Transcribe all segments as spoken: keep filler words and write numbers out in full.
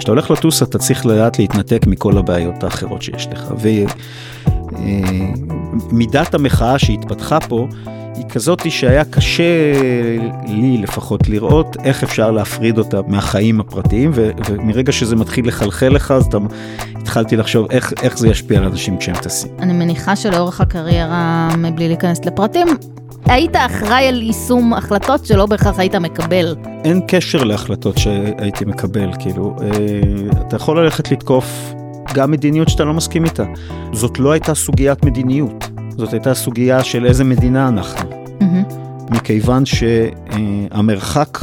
כשאתה הולך לטוס, אתה צריך לדעת להתנתק מכל הבעיות האחרות שיש לך. ומידת המחאה שהתפתחה פה, היא כזאת שהיה קשה לי לפחות לראות איך אפשר להפריד אותה מהחיים הפרטיים, ו- ומרגע שזה מתחיל לחלחל לך, אז אתה, התחלתי לחשוב איך, איך זה ישפיע על אנשים כשהם טסים. אני מניחה שלאורך הקריירה, מבלי להיכנס לפרטים, היית אחראי על יישום החלטות שלא בהכרח היית מקבל. אין קשר להחלטות שהייתי מקבל, כאילו, אתה יכול ללכת לתקוף גם מדיניות שאתה לא מסכים איתה. זאת לא הייתה סוגיית מדיניות. זאת הייתה סוגיה של איזה מדינה אנחנו. Mm-hmm. מכיוון שהמרחק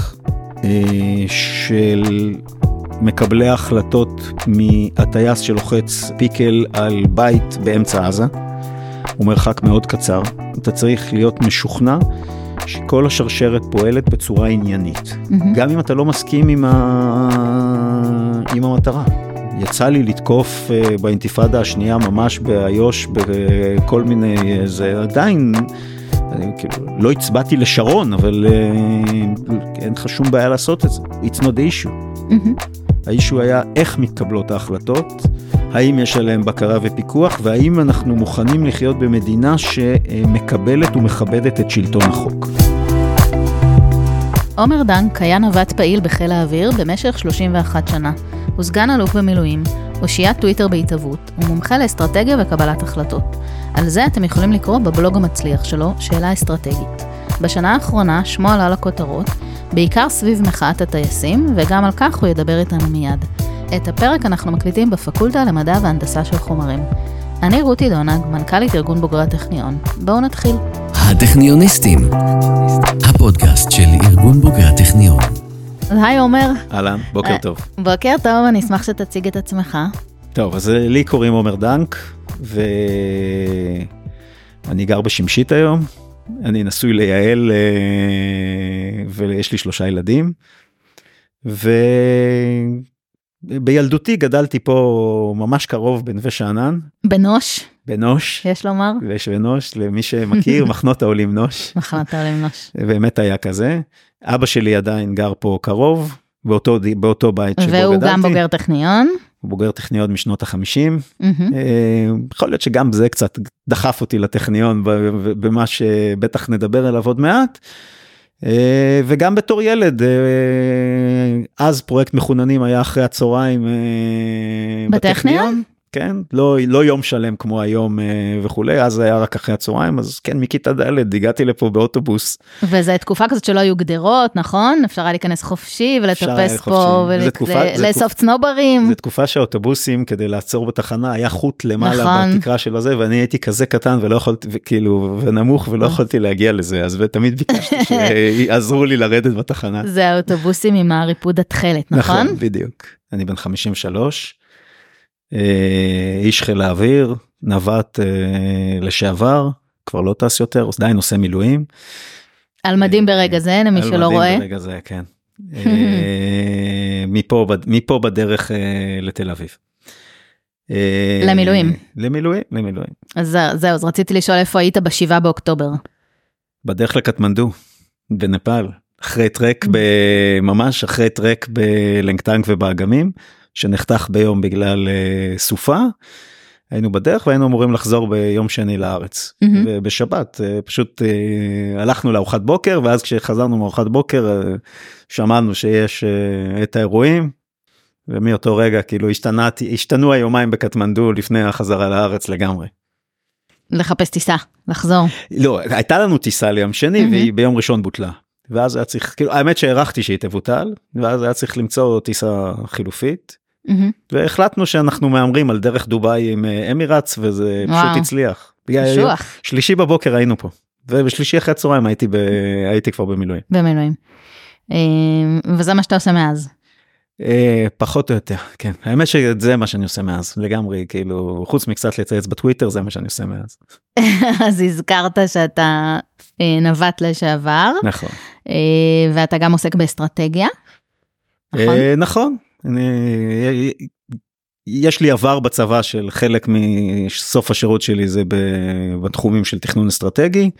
של מקבלי ההחלטות מהטייס שלוחץ פיקל על בית באמצע עזה, הוא מרחק מאוד קצר. אתה צריך להיות משוכנע שכל השרשרת פועלת בצורה עניינית. Mm-hmm. גם אם אתה לא מסכים עם, ה... עם המטרה. יצא לי לתקוף uh, באינתיפאדה השנייה ממש באיו"ש, בכל מיני, זה עדיין, אני, כאילו, לא הצבעתי לשרון, אבל uh, אין לך שום בעיה לעשות את זה. It's not the issue. Mm-hmm. האישו היה איך מתקבלות ההחלטות, האם יש עליהם בקרה ופיקוח, והאם אנחנו מוכנים לחיות במדינה שמקבלת ומכבדת את שלטון החוק. עומר דנק היה נווט פעיל בחיל האוויר במשך שלושים ואחת שנה. הוא סגן אלוף במילואים, אושיית טוויטר בהתהוות, ומומחה לאסטרטגיה וקבלת החלטות. על זה אתם יכולים לקרוא בבלוג המצליח שלו, שאלה אסטרטגית. בשנה האחרונה שמו עלה לכותרות, בעיקר סביב מחאת הטייסים, וגם על כך הוא ידבר איתנו מיד. את הפרק אנחנו מקליטים בפקולטה למדע והנדסה של חומרים. אני רותי דונג, מנכ"לית ארגון בוגרי הטכניון. בואו נתחיל. הטכניוניסטים, הפודקאסט של ארגון בוגרי הטכניון. היי עומר. אהלן, בוקר טוב. בוקר טוב, אני אשמח שתציג את עצמך. טוב, אז לי קוראים עומר דנק, ואני גר בשמשית היום. אני נשוי ליעל, ויש לי שלושה ילדים. ובילדותי גדלתי פה ממש קרוב בנווה שאנן. בנוש. בנוש. יש לומר. יש בנוש, למי שמכיר, מחנות העולים נוש. מחנות העולים נוש. באמת היה כזה. אבא שלי עדיין גר פה קרוב, באותו, באותו בית שבו והוא גדלתי. והוא גם בוגר טכניון. הוא בוגר טכניון משנות החמישים. יכול להיות שגם זה קצת דחף אותי לטכניון, במה שבטח נדבר עליו עוד מעט. וגם בתור ילד, אז פרויקט מחוננים היה אחרי הצהריים בטכניון. כן, לא, לא יום שלם כמו היום וכולי, אז היה רק אחרי הצהריים, אז כן, מכיתה ד' הגעתי לפה באוטובוס. וזה תקופה כזאת שלא היו גדרות, נכון? אפשר היה להיכנס חופשי ולטפס פה ולאסוף צנוברים. זו תקופה שהאוטובוסים, כדי לעצור בתחנה, היה חוט למעלה בתקרה של הזה, ואני הייתי כזה קטן ולא יכולתי, כאילו, ונמוך ולא יכולתי להגיע לזה, אז תמיד ביקשתי שיעזרו לי לרדת בתחנה. זה האוטובוסים עם הריפוד התחלת, נכון? נכון, בדיוק. אני בן חמישים ושלוש. איש חיל האוויר, נווט לשעבר, כבר לא טס יותר, הוא עדיין עושה מילואים. על מדים ברגע זה, למי שלא רואה. על מדים ברגע זה, כן. מפה, מפה בדרך לתל אביב. למילואים. למילואים, למילואים. אז זהו, אז רציתי לשאול איפה היית בשבעה באוקטובר. בדרך לקטמנדו, בנפאל, אחרי טרק, ממש אחרי טרק בלנגטנק ובאגמים, שנחתך ביום בגלל uh, סופה, היינו בדרך והיינו אמורים לחזור ביום שני לארץ, mm-hmm. ובשבת uh, פשוט uh, הלכנו לארוחת בוקר, ואז כשחזרנו מארוחת בוקר, uh, שמענו שיש uh, את האירועים, ומאותו רגע כאילו השתנתי, השתנו היומיים בקטמנדו לפני החזרה לארץ לגמרי. לחפש טיסה, לחזור. לא, הייתה לנו טיסה ליום שני, mm-hmm. והיא ביום ראשון בוטלה. ואז היה צריך, כאילו, האמת שהערכתי שהיא תבוטל, ואז היה צריך למצוא טיסה חילופית, mm-hmm. והחלטנו שאנחנו מאמרים על דרך דוביי עם אמירץ, וזה וואו. פשוט הצליח. קשוח. שלישי בבוקר היינו פה, ובשלישי אחרי הצהריים הייתי, ב... הייתי כבר במילואים. במילואים. וזה מה שאתה עושה מאז? פחות או יותר, כן. האמת שזה מה שאני עושה מאז, לגמרי, כאילו, חוץ מקצת לצייץ בטוויטר, זה מה שאני עושה מאז. אז הזכרת שאתה נווט לשעבר. נכון. ואתה גם עוסק באסטרטגיה. נכון? נכון. יש לי עבר בצבא של חלק מסוף השירות שלי, זה בתחומים של תכנון אסטרטגי.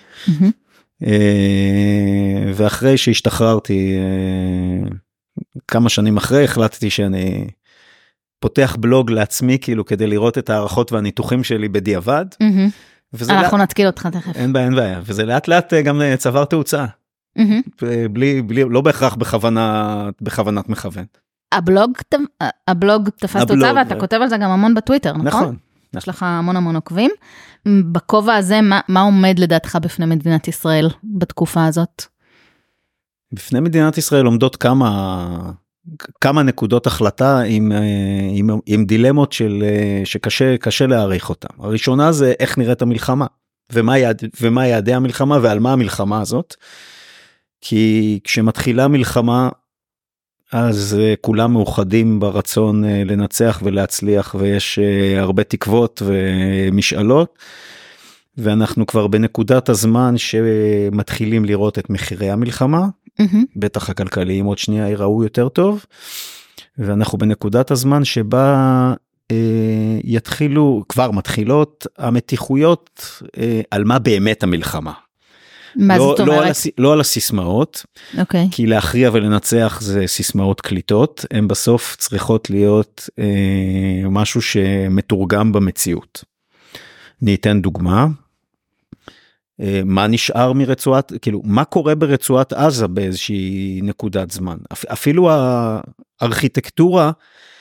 ואחרי שהשתחררתי, כמה שנים אחרי, החלטתי שאני פותח בלוג לעצמי, כאילו, כדי לראות את הערכות והניתוחים שלי בדיעבד. אנחנו נתקיל אותך תכף. אין בעיה, אין בעיה. וזה לאט לאט גם צבר תאוצה. בלי, בלי, לא בהכרח בכוונה, בכוונת מכוון. הבלוג, הבלוג תפס תאוצה, ואתה כותב על זה גם המון בטוויטר, נכון? נכון. יש לך המון המון עוקבים. בכובע הזה, מה, מה עומד לדעתך בפני מדינת ישראל בתקופה הזאת? בפני מדינת ישראל עומדות כמה, כמה נקודות החלטה עם, עם, עם דילמות של, שקשה, קשה להעריך אותם. הראשונה זה איך נראית המלחמה, ומה יעד, ומה יעדי המלחמה, ועל מה המלחמה הזאת. כי כשמתחילה מלחמה, אז כולם מאוחדים ברצון לנצח ולהצליח, ויש הרבה תקוות ומשאלות, ואנחנו כבר בנקודת הזמן שמתחילים לראות את מחירי המלחמה, mm-hmm. בטח הכלכליים עוד שנייה יראו יותר טוב, ואנחנו בנקודת הזמן שבה אה, יתחילו, כבר מתחילות המתיחויות אה, על מה באמת המלחמה. מה לא, זאת אומרת? לא על, הס... לא על הסיסמאות, okay. כי להכריע ולנצח זה סיסמאות קליטות, הן בסוף צריכות להיות אה, משהו שמתורגם במציאות. אני אתן דוגמה, אה, מה נשאר מרצועת, כאילו, מה קורה ברצועת עזה באיזושהי נקודת זמן? אפ, אפילו הארכיטקטורה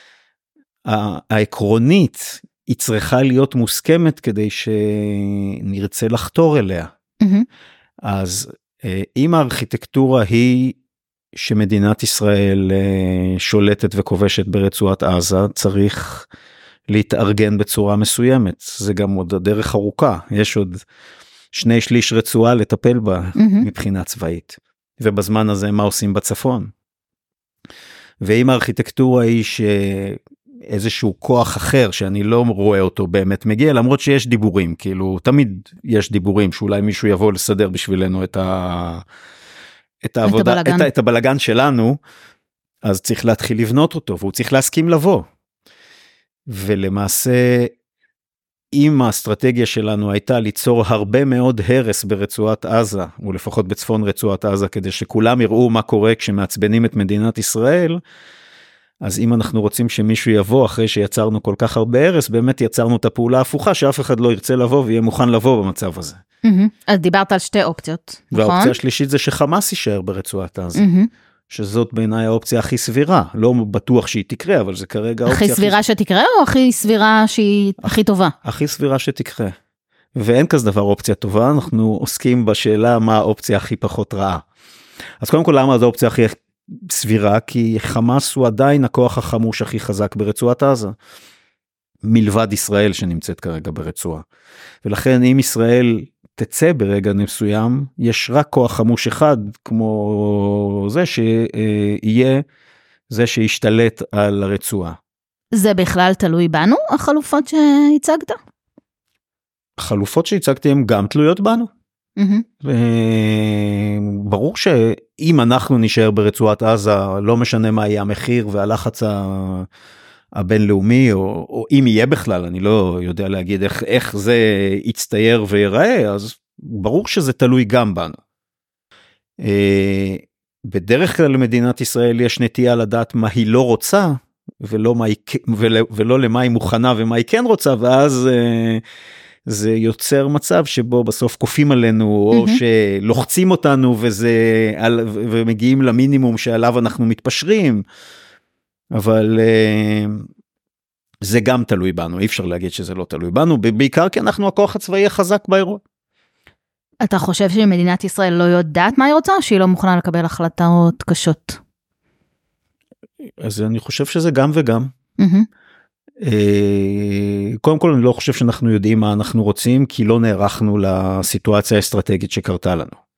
העקרונית, היא צריכה להיות מוסכמת כדי שנרצה לחתור אליה. Mm-hmm. אז אם הארכיטקטורה היא שמדינת ישראל שולטת וכובשת ברצועת עזה, צריך להתארגן בצורה מסוימת. זה גם עוד הדרך ארוכה, יש עוד שני שליש רצועה לטפל בה mm-hmm. מבחינה צבאית. ובזמן הזה מה עושים בצפון? ואם הארכיטקטורה היא ש... איזשהו כוח אחר שאני לא רואה אותו באמת מגיע, למרות שיש דיבורים, כאילו תמיד יש דיבורים שאולי מישהו יבוא לסדר בשבילנו את ה... את העבודה, את הבלגן. את, את הבלגן שלנו, אז צריך להתחיל לבנות אותו, והוא צריך להסכים לבוא. ולמעשה, אם האסטרטגיה שלנו הייתה ליצור הרבה מאוד הרס ברצועת עזה, או לפחות בצפון רצועת עזה, כדי שכולם יראו מה קורה כשמעצבנים את מדינת ישראל, אז אם אנחנו רוצים שמישהו יבוא אחרי שיצרנו כל כך הרבה הרס, באמת יצרנו את הפעולה ההפוכה, שאף אחד לא ירצה לבוא ויהיה מוכן לבוא במצב הזה. אז דיברת על שתי אופציות, נכון? והאופציה השלישית זה שחמאס יישאר ברצועת עזה, שזאת בעיניי האופציה הכי סבירה, לא בטוח שהיא תקרה, אבל זה כרגע האופציה הכי סבירה שתקרה, או הכי סבירה שהיא הכי טובה? הכי סבירה שתקרה. ואין כזה דבר אופציה טובה, אנחנו עוסקים בשאלה מה האופציה הכי פחות רעה. אז קודם כל, למה זו האופציה הכי סבירה? כי חמאס הוא עדיין הכוח החמוש הכי חזק ברצועת עזה, מלבד ישראל שנמצאת כרגע ברצועה. ולכן אם ישראל תצא ברגע מסוים, יש רק כוח חמוש אחד, כמו זה שיהיה זה שישתלט על הרצועה. זה בכלל תלוי בנו, החלופות שהצגת? החלופות שהצגתי הן גם תלויות בנו. Mm-hmm. ברור שאם אנחנו נשאר ברצועת עזה, לא משנה מה יהיה המחיר והלחץ הבינלאומי, או, או אם יהיה בכלל, אני לא יודע להגיד איך, איך זה יצטייר ויראה, אז ברור שזה תלוי גם בנו. בדרך כלל למדינת ישראל יש נטייה לדעת מה היא לא רוצה, ולא, מה היא, ולא, ולא למה היא מוכנה ומה היא כן רוצה, ואז זה יוצר מצב שבו בסוף קופים עלינו, או mm-hmm. שלוחצים אותנו, וזה, ומגיעים למינימום שעליו אנחנו מתפשרים, אבל זה גם תלוי בנו, אי אפשר להגיד שזה לא תלוי בנו, בעיקר כי אנחנו הכוח הצבאי החזק באירוע. אתה חושב שמדינת ישראל לא יודעת מה היא רוצה, או שהיא לא מוכנה לקבל החלטות קשות? אז אני חושב שזה גם וגם. Mm-hmm. קודם כל אני לא חושב שאנחנו יודעים מה אנחנו רוצים, כי לא נערכנו לסיטואציה האסטרטגית שקרתה לנו.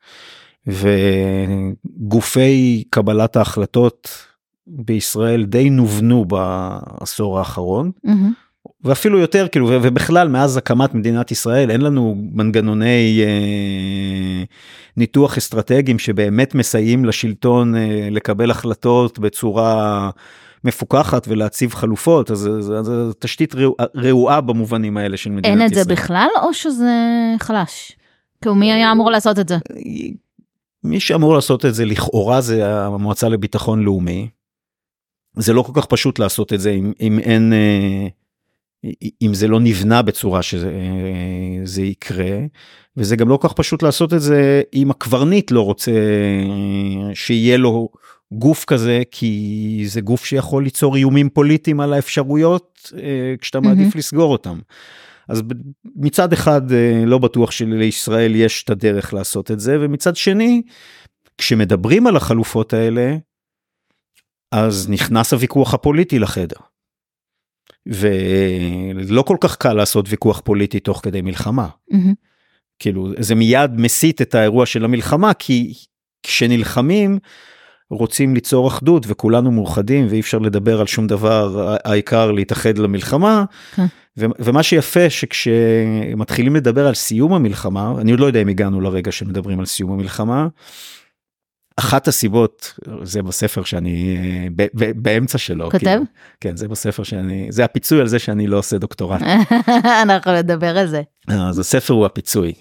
וגופי קבלת ההחלטות בישראל די נובנו בעשור האחרון, mm-hmm. ואפילו יותר, כאילו, ובכלל מאז הקמת מדינת ישראל, אין לנו מנגנוני אה, ניתוח אסטרטגיים שבאמת מסייעים לשלטון אה, לקבל החלטות בצורה מפוקחת ולהציב חלופות, אז זו תשתית רעועה במובנים האלה של מדינת ישראל. אין את זה בכלל, או שזה חלש? כאילו, מי היה אמור לעשות את זה? מי שאמור לעשות את זה לכאורה זה המועצה לביטחון לאומי, זה לא כל כך פשוט לעשות את זה, אם, אם אין, אם זה לא נבנה בצורה שזה יקרה, וזה גם לא כל כך פשוט לעשות את זה, אם הקברניט לא רוצה שיהיה לו גוף כזה, כי זה גוף שיכול ליצור איומים פוליטיים על האפשרויות, כשאתה מעדיף לסגור אותם. אז מצד אחד לא בטוח שלישראל יש את הדרך לעשות את זה, ומצד שני, כשמדברים על החלופות האלה, אז נכנס הוויכוח הפוליטי לחדר. ולא כל כך קל לעשות ויכוח פוליטי תוך כדי מלחמה. כאילו, זה מיד מסית את האירוע של המלחמה, כי כשנלחמים, רוצים ליצור אחדות, וכולנו מאוחדים, ואי אפשר לדבר על שום דבר, העיקר להתאחד למלחמה, ומה שיפה שכשמתחילים לדבר על סיום המלחמה, אני עוד לא יודע אם הגענו לרגע שמדברים על סיום המלחמה, אחת הסיבות, זה בספר שאני, ב, ב, באמצע שלו. כותב? כאילו, כן, זה בספר שאני, זה הפיצוי על זה שאני לא עושה דוקטורט. אנחנו נדבר על זה. אז הספר הוא הפיצוי.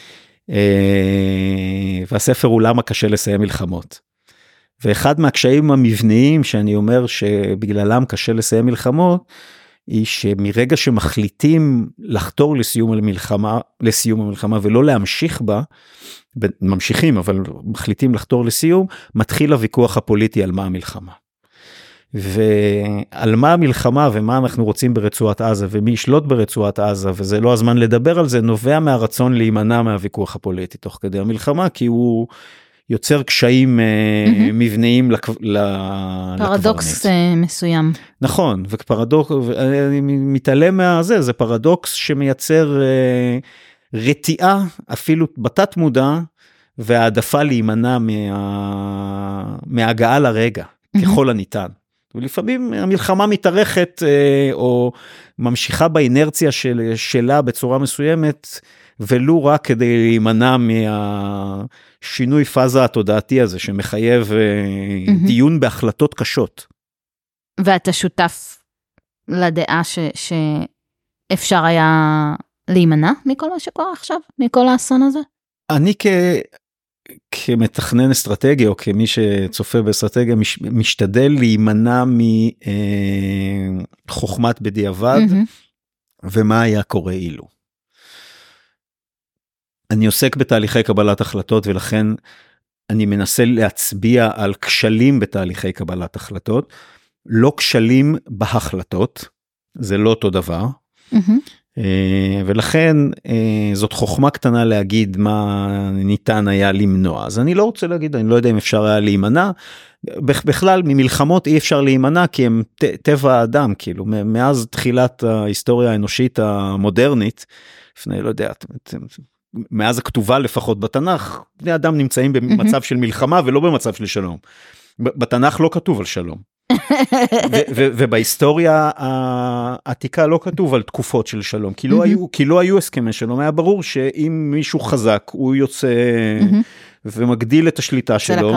והספר הוא למה קשה לסיים מלחמות. ואחד מהקשיים המבניים שאני אומר שבגללם קשה לסיים מלחמות, היא שמרגע שמחליטים לחתור לסיום המלחמה, לסיום המלחמה ולא להמשיך בה, ממשיכים אבל מחליטים לחתור לסיום, מתחיל הוויכוח הפוליטי על מה המלחמה. ועל מה המלחמה ומה אנחנו רוצים ברצועת עזה ומי ישלוט ברצועת עזה, וזה לא הזמן לדבר על זה, נובע מהרצון להימנע מהוויכוח הפוליטי תוך כדי המלחמה, כי הוא יוצר קשיים mm-hmm. מבניים לקברניט. פרדוקס מסוים. נכון, ופרדוקס, אני מתעלם מהזה, זה פרדוקס שמייצר רתיעה, אפילו בתת מודע, והעדפה להימנע מה... מהגעה לרגע, mm-hmm. ככל הניתן. ולפעמים המלחמה מתארכת, או ממשיכה באינרציה של, שלה בצורה מסוימת, ולו רק כדי להימנע מהשינוי פאזה התודעתי הזה, שמחייב mm-hmm. דיון בהחלטות קשות. ואתה שותף לדעה ש, שאפשר היה להימנע מכל מה שקורה עכשיו, מכל האסון הזה? אני כ... כמתכנן אסטרטגיה, או כמי שצופה באסטרטגיה, מש... משתדל להימנע מחוכמת בדיעבד, mm-hmm. ומה היה קורה אילו. אני עוסק בתהליכי קבלת החלטות, ולכן אני מנסה להצביע על כשלים בתהליכי קבלת החלטות, לא כשלים בהחלטות, זה לא אותו דבר, mm-hmm. ולכן זאת חוכמה קטנה להגיד מה ניתן היה למנוע, אז אני לא רוצה להגיד, אני לא יודע אם אפשר היה להימנע, בכלל ממלחמות אי אפשר להימנע, כי הם טבע האדם, כאילו, מאז תחילת ההיסטוריה האנושית המודרנית, לפני, לא יודע, מאז הכתובה לפחות בתנ"ך, בני אדם נמצאים במצב של מלחמה ולא במצב של שלום. בתנ"ך לא כתוב על שלום. ובהיסטוריה העתיקה לא כתוב על תקופות של שלום, כי לא היו, כי לא היו הסכמי שלום. היה ברור שאם מישהו חזק, הוא יוצא ומגדיל את השליטה שלו.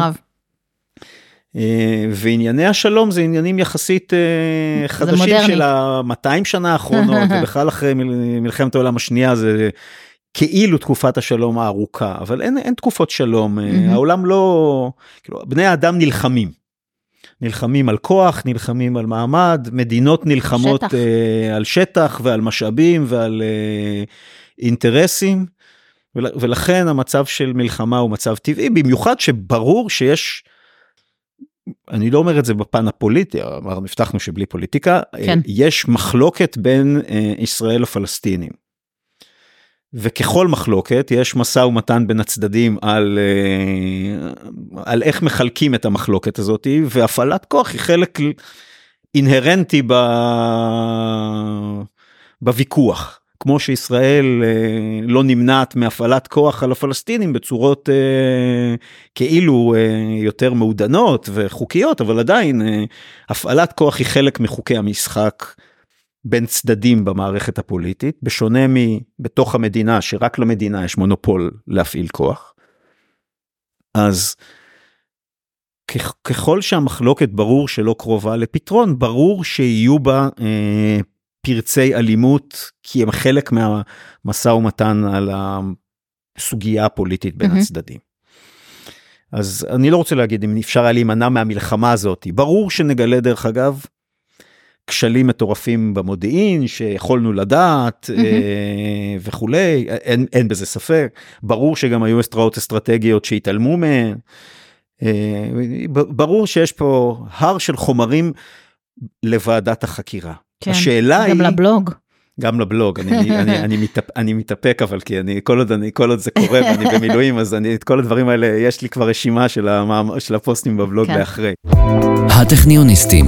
וענייני השלום זה עניינים יחסית חדשים של ה-מאתיים שנה האחרונות, ובכלל אחרי מלחמת העולם השנייה זה כאילו תקופת השלום הארוכה, אבל אין, אין תקופות שלום, mm-hmm. העולם לא, כאילו, בני האדם נלחמים, נלחמים על כוח, נלחמים על מעמד, מדינות נלחמות שטח. Uh, על שטח ועל משאבים ועל uh, אינטרסים, ול, ולכן המצב של מלחמה הוא מצב טבעי, במיוחד שברור שיש, אני לא אומר את זה בפן הפוליטי, אמרנו, הבטחנו שבלי פוליטיקה, כן. יש מחלוקת בין uh, ישראל לפלסטינים. וככל מחלוקת, יש משא ומתן בין הצדדים על, על איך מחלקים את המחלוקת הזאת, והפעלת כוח היא חלק אינהרנטי ב, בוויכוח. כמו שישראל לא נמנעת מהפעלת כוח על הפלסטינים בצורות כאילו יותר מעודנות וחוקיות, אבל עדיין הפעלת כוח היא חלק מחוקי המשחק, בין צדדים במערכת הפוליטית, בשונה מבתוך המדינה, שרק למדינה יש מונופול להפעיל כוח. אז ככל שהמחלוקת ברור שלא קרובה לפתרון, ברור שיהיו בה אה, פרצי אלימות, כי הם חלק מהמשא ומתן על הסוגיה הפוליטית בין mm-hmm. הצדדים. אז אני לא רוצה להגיד אם אפשר היה להימנע מהמלחמה הזאת. ברור שנגלה דרך אגב, כשלים מטורפים במודיעין, שיכולנו לדעת mm-hmm. אה, וכולי, אין, אין בזה ספק. ברור שגם היו הסטראות אסטרטגיות שהתעלמו מהן. אה, ברור שיש פה הר של חומרים לוועדת החקירה. כן, השאלה גם היא... לבלוג. גם לבלוג, אני, אני, אני, מתאפ, אני מתאפק, אבל כי אני, כל עוד, אני, כל עוד זה קורה ואני במילואים, אז אני, את כל הדברים האלה, יש לי כבר רשימה של, המאמר, של הפוסטים בבלוג כן. לאחרי. הטכניוניסטים.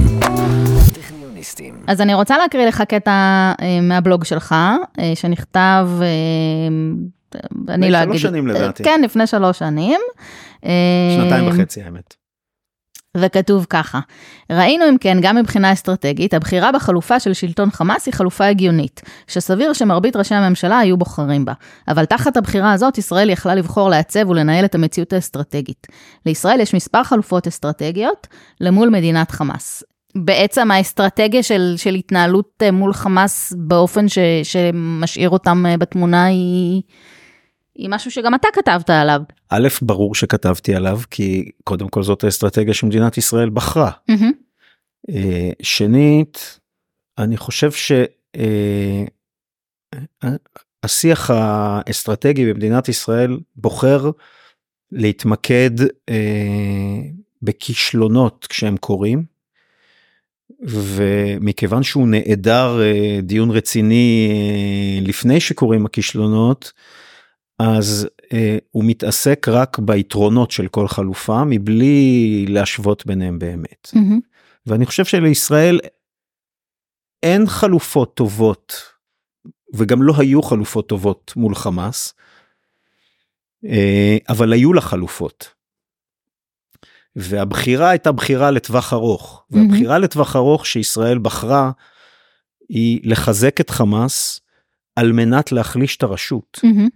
אז אני רוצה להקריא לך קטע מהבלוג שלך, שנכתב, אני לא אגיד. שלוש שנים לדעתי. כן, לפני שלוש שנים. שנתיים וחצי, האמת. וכתוב ככה, ראינו אם כן, גם מבחינה אסטרטגית, הבחירה בחלופה של שלטון חמאס היא חלופה הגיונית, שסביר שמרבית ראשי הממשלה היו בוחרים בה. אבל תחת הבחירה הזאת, ישראל יכלה לבחור לעצב ולנהל את המציאות האסטרטגית. לישראל יש מספר חלופות אסטרטגיות למול מדינת חמאס. בעצם האסטרטגיה של, של התנהלות מול חמאס באופן ש, שמשאיר אותם בתמונה היא... היא משהו שגם אתה כתבת עליו. א', ברור שכתבתי עליו, כי קודם כל זאת האסטרטגיה שמדינת ישראל בחרה. Mm-hmm. שנית, אני חושב שהשיח האסטרטגי במדינת ישראל בוחר להתמקד בכישלונות כשהם קורים, ומכיוון שהוא נעדר דיון רציני לפני שקורים הכישלונות, אז אה, הוא מתעסק רק ביתרונות של כל חלופה, מבלי להשוות ביניהם באמת. Mm-hmm. ואני חושב שלישראל אין חלופות טובות, וגם לא היו חלופות טובות מול חמאס, אה, אבל היו לה חלופות. והבחירה הייתה בחירה לטווח ארוך, mm-hmm. והבחירה לטווח ארוך שישראל בחרה, היא לחזק את חמאס, על מנת להחליש את הרשות. Mm-hmm.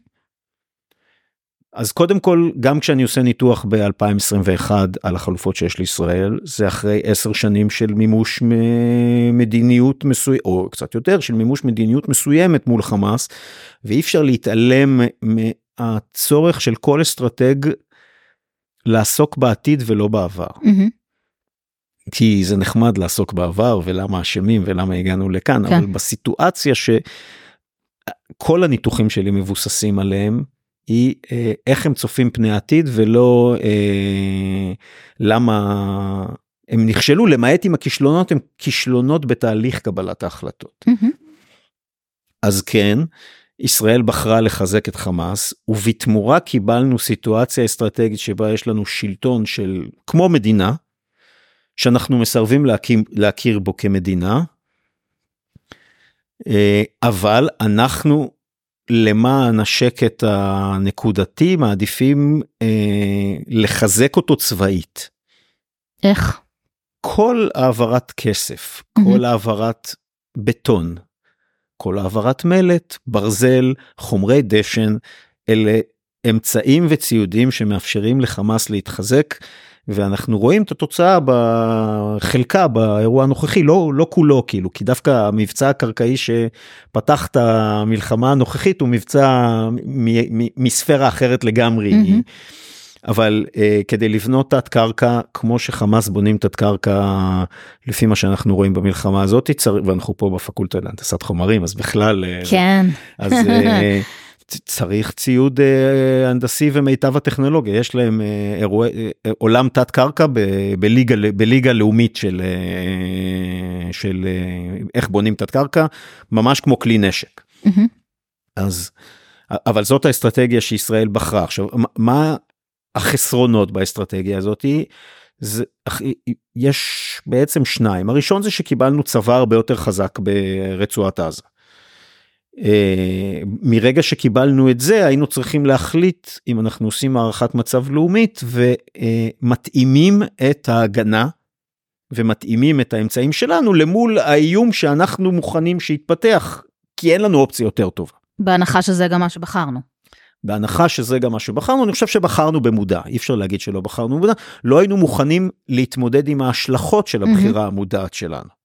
אז קודם כל, גם כשאני עושה ניתוח ב-אלפיים עשרים ואחת על החלופות שיש לישראל, זה אחרי עשר שנים של מימוש מדיניות מסוימת, או קצת יותר, של מימוש מדיניות מסוימת מול חמאס, ואי אפשר להתעלם מהצורך של כל אסטרטג לעסוק בעתיד ולא בעבר. Mm-hmm. כי זה נחמד לעסוק בעבר, ולמה אשמים ולמה הגענו לכאן, כן. אבל בסיטואציה שכל הניתוחים שלי מבוססים עליהם, היא אה, איך הם צופים פני עתיד, ולא אה, למה הם נכשלו, למעט עם הכישלונות, הם כישלונות בתהליך קבלת ההחלטות. Mm-hmm. אז כן, ישראל בחרה לחזק את חמאס, ובתמורה קיבלנו סיטואציה אסטרטגית, שבה יש לנו שלטון של, כמו מדינה, שאנחנו מסרבים להכיר, להכיר בו כמדינה, אה, אבל אנחנו, למען השקט הנקודתי, מעדיפים אה, לחזק אותו צבאית. איך? כל העברת כסף, mm-hmm. כל העברת בטון, כל העברת מלט, ברזל, חומרי דשן, אלה אמצעים וציודים שמאפשרים לחמאס להתחזק, ואנחנו רואים את התוצאה בחלקה, באירוע הנוכחי, לא, לא כולו כאילו, כי דווקא המבצע הקרקעי שפתח את המלחמה הנוכחית, הוא מבצע מ- מ- מספירה אחרת לגמרי, mm-hmm. אבל uh, כדי לבנות תת קרקע, כמו שחמאס בונים תת קרקע, לפי מה שאנחנו רואים במלחמה הזאת, צר... ואנחנו פה בפקולטה להנדסת חומרים, אז בכלל, כן. אז... uh, צריך ציוד אה, הנדסי ומיטב הטכנולוגיה, יש להם אה, אירוע, אה, עולם תת קרקע ב, בליגה, בליגה לאומית של, אה, של אה, איך בונים תת קרקע, ממש כמו כלי נשק. Mm-hmm. אז, אבל זאת האסטרטגיה שישראל בחרה. עכשיו, מה החסרונות באסטרטגיה הזאת? זה, יש בעצם שניים. הראשון זה שקיבלנו צבא הרבה יותר חזק ברצועת עזה. מרגע שקיבלנו את זה, היינו צריכים להחליט אם אנחנו עושים הערכת מצב לאומית, ומתאימים את ההגנה, ומתאימים את האמצעים שלנו, למול האיום שאנחנו מוכנים שיתפתח, כי אין לנו אופציה יותר טובה. בהנחה שזה גם מה שבחרנו. בהנחה שזה גם מה שבחרנו, אני חושב שבחרנו במודע, אי אפשר להגיד שלא בחרנו במודע, לא היינו מוכנים להתמודד עם ההשלכות של הבחירה המודעת שלנו.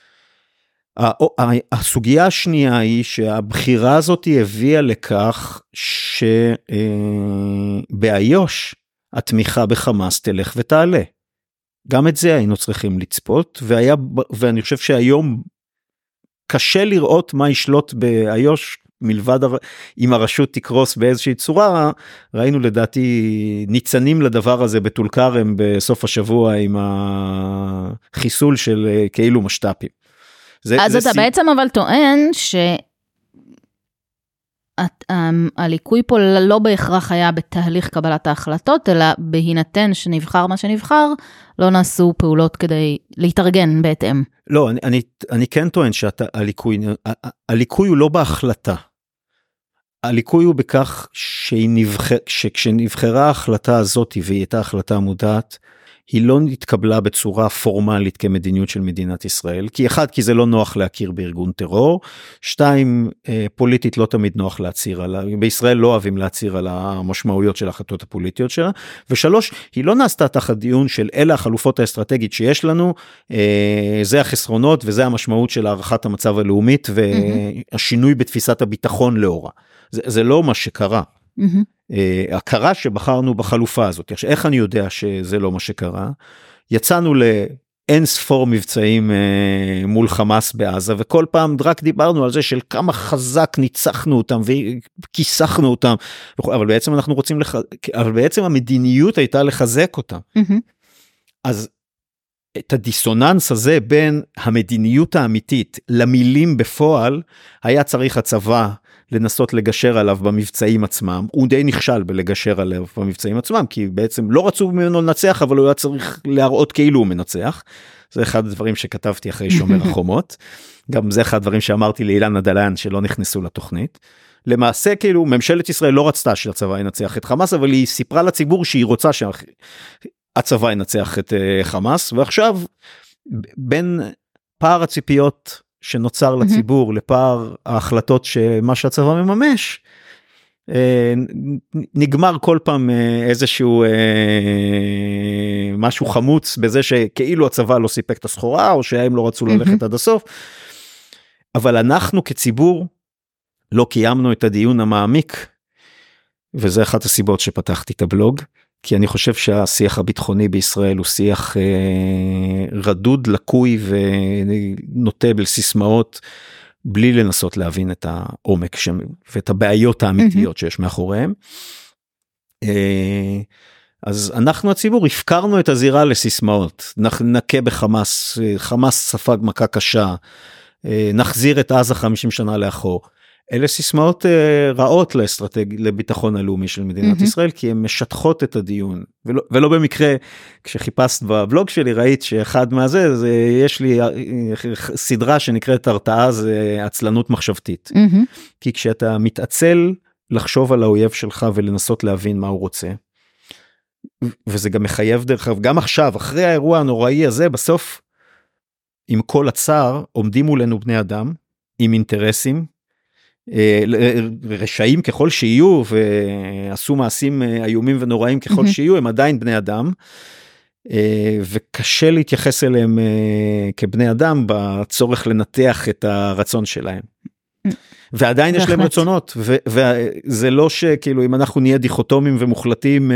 הסוגיה השנייה היא שהבחירה הזאת הביאה לכך שבאיו"ש התמיכה בחמאס תלך ותעלה. גם את זה היינו צריכים לצפות, והיה, ואני חושב שהיום קשה לראות מה ישלוט באיו"ש, מלבד אם הרשות תקרוס באיזושהי צורה. ראינו לדעתי ניצנים לדבר הזה בטול כרם בסוף השבוע עם החיסול של כאילו משת"פים. זה, אז זה אתה ס... בעצם אבל טוען שהליקוי פה לא בהכרח היה בתהליך קבלת ההחלטות, אלא בהינתן שנבחר מה שנבחר, לא נעשו פעולות כדי להתארגן בהתאם. לא, אני, אני, אני כן טוען שהליקוי, הליקוי הוא לא בהחלטה. הליקוי הוא בכך שנבחר, שכשנבחרה ההחלטה הזאת והיא הייתה החלטה מודעת, היא לא נתקבלה בצורה פורמלית כמדיניות של מדינת ישראל, כי אחד, כי זה לא נוח להכיר בארגון טרור, שתיים, פוליטית לא תמיד נוח להציר עליה, בישראל לא אוהבים להציר על המשמעויות של ההחלטות הפוליטיות שלה, ושלוש, היא לא נעשתה תחת דיון של אלה החלופות האסטרטגית שיש לנו, זה החסרונות וזה המשמעות של הערכת המצב הלאומית, והשינוי בתפיסת הביטחון לאורה. זה, זה לא מה שקרה. הכרה שבחרנו בחלופה הזאת. איך אני יודע שזה לא מה שקרה? יצאנו לאין ספור מבצעים מול חמאס בעזה, וכל פעם רק דיברנו על זה של כמה חזק ניצחנו אותם וכיסחנו אותם, אבל בעצם אנחנו רוצים, לח... אבל בעצם המדיניות הייתה לחזק אותם. אז את הדיסוננס הזה בין המדיניות האמיתית למילים בפועל, היה צריך הצבא לנסות לגשר עליו במבצעים עצמם, הוא די נכשל בלגשר עליו במבצעים עצמם, כי בעצם לא רצו ממנו לנצח, אבל הוא היה צריך להראות כאילו הוא מנצח, זה אחד הדברים שכתבתי אחרי שומר החומות, גם זה אחד הדברים שאמרתי לאילן הדליין שלא נכנסו לתוכנית, למעשה כאילו ממשלת ישראל לא רצתה שהצבא ינצח את חמאס, אבל היא סיפרה לציבור שהיא רוצה שהצבא ינצח את חמאס, ועכשיו בין פער הציפיות שנוצר לציבור, לפער ההחלטות שמה שהצבא מממש, נגמר כל פעם איזשהו משהו חמוץ, בזה שכאילו הצבא לא סיפק את הסחורה, או שהם לא רצו ללכת עד הסוף, אבל אנחנו כציבור, לא קיימנו את הדיון המעמיק, וזה אחת הסיבות שפתחתי את הבלוג, כי אני חושב שהשיח הביטחוני בישראל הוא שיח אה, רדוד, לקוי ונוטה בסיסמאות, בלי לנסות להבין את העומק ש... ואת הבעיות האמיתיות שיש מאחוריהם. אה, אז אנחנו הציבור הפקרנו את הזירה לסיסמאות, נקה בחמאס, חמאס ספג מכה קשה, אה, נחזיר את עזה חמישים שנה לאחור. אלה סיסמאות uh, רעות לאסטרטג... לביטחון הלאומי של מדינת mm-hmm. ישראל, כי הן משטחות את הדיון, ולא, ולא במקרה, כשחיפשת בבלוג שלי, ראית שאחד מהזה, זה, יש לי סדרה שנקראת הרתעה, זה עצלנות מחשבתית. Mm-hmm. כי כשאתה מתעצל לחשוב על האויב שלך, ולנסות להבין מה הוא רוצה, וזה גם מחייב דרך אגב, גם עכשיו, אחרי האירוע הנוראי הזה, בסוף, עם כל הצער, עומדים מולנו בני אדם, עם אינטרסים, רשעים ככל שיהיו ועשו מעשים איומים ונוראים ככל mm-hmm. שיהיו, הם עדיין בני אדם, וקשה להתייחס אליהם כבני אדם בצורך לנתח את הרצון שלהם. ועדיין יש להם רצונות, וזה לא שכאילו אם אנחנו נהיה דיכוטומיים ומוחלטים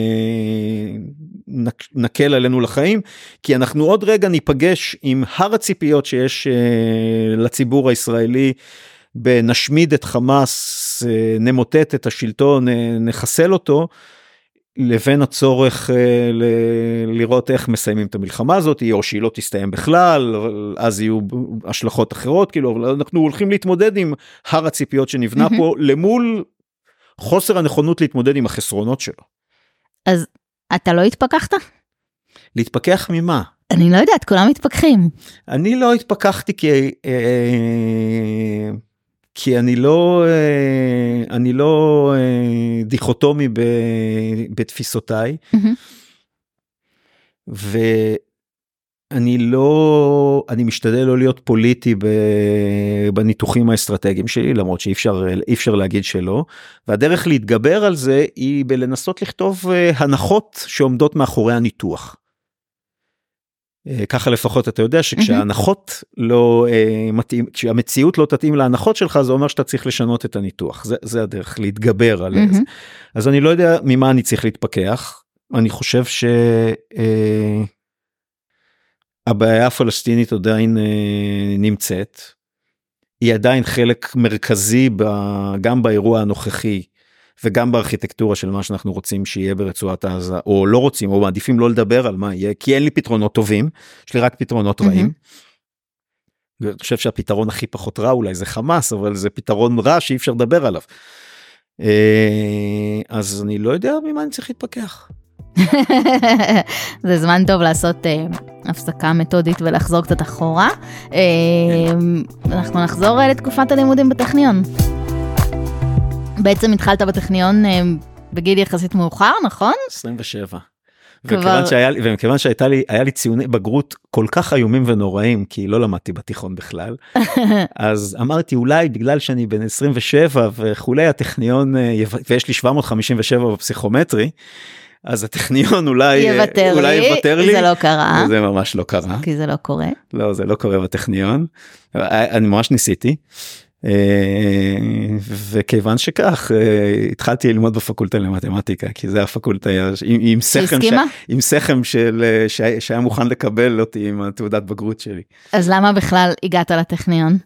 נקל עלינו לחיים, כי אנחנו עוד רגע ניפגש עם הר הציפיות שיש לציבור הישראלי, בנשמיד את חמאס, נמוטט את השלטון, נחסל אותו, לבין הצורך ל- לראות איך מסיימים את המלחמה הזאת, או שהיא לא תסתיים בכלל, אז יהיו השלכות אחרות, כאילו, אבל אנחנו הולכים להתמודד עם הר הציפיות שנבנה פה, למול חוסר הנכונות להתמודד עם החסרונות שלו. אז אתה לא התפכחת? להתפכח ממה? אני לא יודעת, כולם מתפכחים. אני לא התפכחתי כי... כי אני לא, אני לא דיכוטומי בתפיסותיי, ואני לא, אני משתדל לא להיות פוליטי בניתוחים האסטרטגיים שלי, למרות שאי אפשר, אי אפשר להגיד שלא, והדרך להתגבר על זה היא בלנסות לכתוב הנחות שעומדות מאחורי הניתוח. ככה לפחות אתה יודע שכשההנחות לא מתאים, כשהמציאות לא תתאים להנחות שלך, זה אומר שאתה צריך לשנות את הניתוח, זה, זה הדרך להתגבר על זה. אז אני לא יודע ממה אני צריך להתפכח, אני חושב שהבעיה הפלסטינית עדיין נמצאת, היא עדיין חלק מרכזי גם באירוע הנוכחי, וגם בארכיטקטורה של מה שאנחנו רוצים שיהיה ברצועת עזה, או לא רוצים, או מעדיפים לא לדבר על מה יהיה, כי אין לי פתרונות טובים, יש לי רק פתרונות רעים. אני חושב שהפתרון הכי פחות רע אולי זה חמאס, אבל זה פתרון רע שאי אפשר לדבר עליו. אז אני לא יודע ממה אני צריך להתפקח. זה זמן טוב לעשות הפסקה מתודית ולחזור קצת אחורה. אנחנו נחזור לתקופת הלימודים בטכניון. בעצם התחלת בטכניון בגיל יחסית מאוחר, נכון? עשרים ושבע. וכיוון שהיה לי, וכיוון שהייתה לי, היה לי ציוני בגרות כל כך איומים ונוראים, כי לא למדתי בתיכון בכלל, אז אמרתי אולי בגלל שאני בן עשרים ושבע וכולי, הטכניון, ויש לי שבע מאות חמישים ושבע בפסיכומטרי, אז הטכניון אולי יוותר אולי לי, יוותר לי. זה לא קרה. זה ממש לא קרה. כי זה לא קורה. לא, זה לא קורה בטכניון. אני ממש ניסיתי. וכיוון שכך התחלתי ללמוד בפקולטה למתמטיקה, כי זה הפקולטה עם סכם עם סכם של שהיה מוכן לקבל אותי עם התעודת בגרות שלי. אז למה בכלל הגעת לטכניון?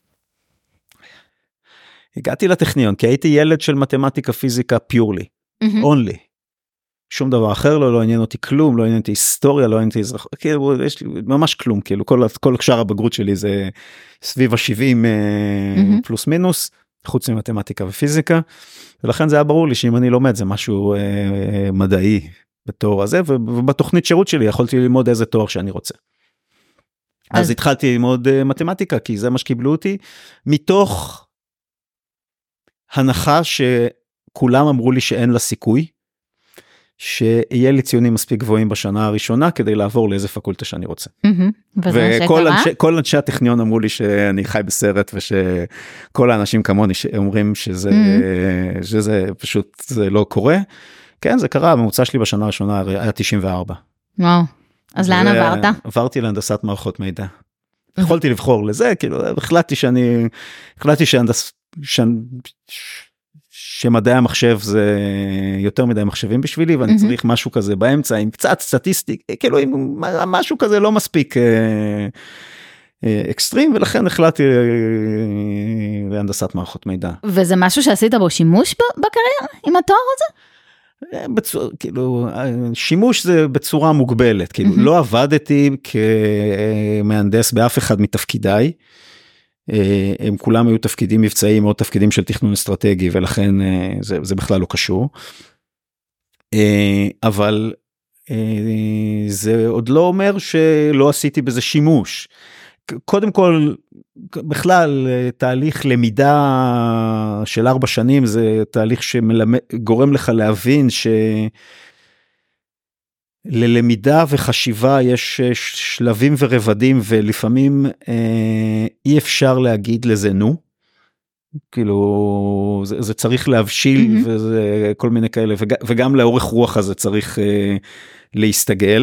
הגעתי לטכניון כי הייתי ילד של מתמטיקה פיזיקה פיורלי, only. שום דבר אחר לא, לא עניין אותי כלום, לא עניין אותי היסטוריה, לא עניין אותי אזרחות, כאילו, יש לי ממש כלום, כאילו, כל, כל שאר הבגרות שלי זה סביב ה-שבעים mm-hmm. פלוס מינוס, חוץ ממתמטיקה ופיזיקה, ולכן זה היה ברור לי שאם אני לומד זה משהו אה, מדעי בתואר הזה, ובתוכנית שירות שלי יכולתי ללמוד איזה תואר שאני רוצה. אז, אז התחלתי ללמוד אה, מתמטיקה, כי זה מה שקיבלו אותי, מתוך הנחה שכולם אמרו לי שאין לה סיכוי, שיהיה לי ציונים מספיק גבוהים בשנה הראשונה, כדי לעבור לאיזה פקולטה שאני רוצה. וכל אנשי, כל אנשי הטכניון אמרו לי שאני חי בסרט, ושכל האנשים כמוני אומרים שזה, שזה פשוט זה לא קורה. כן, זה קרה, הממוצע שלי בשנה הראשונה היה תשעים וארבע. וואו, אז לאן עברת? עברתי להנדסת מערכות מידע. יכולתי לבחור לזה, כאילו, החלטתי שאני, החלטתי שהנדס, שמדעי המחשב זה יותר מדי מחשבים בשבילי, ואני mm-hmm. צריך משהו כזה באמצע, עם קצת סטטיסטיק, כאילו עם משהו כזה לא מספיק אה, אה, אקסטרים, ולכן החלטתי אה, להנדסת מערכות מידע. וזה משהו שעשית בו שימוש בקריירה, עם התואר הזה? בצור, כאילו, שימוש זה בצורה מוגבלת, כאילו, mm-hmm. לא עבדתי כמהנדס באף אחד מתפקידיי, הם כולם היו תפקידים מבצעיים או תפקידים של תכנון אסטרטגי, ולכן זה, זה בכלל לא קשור. אבל זה עוד לא אומר שלא עשיתי בזה שימוש. קודם כל, בכלל, תהליך למידה של ארבע שנים, זה תהליך שגורם לך להבין ש... ללמידה וחשיבה יש שלבים ורבדים, ולפעמים אה, אי אפשר להגיד לזה נו, כאילו זה, זה צריך להבשיל mm-hmm. וזה כל מיני כאלה, וג, וגם לאורך רוח הזה צריך אה, להסתגל.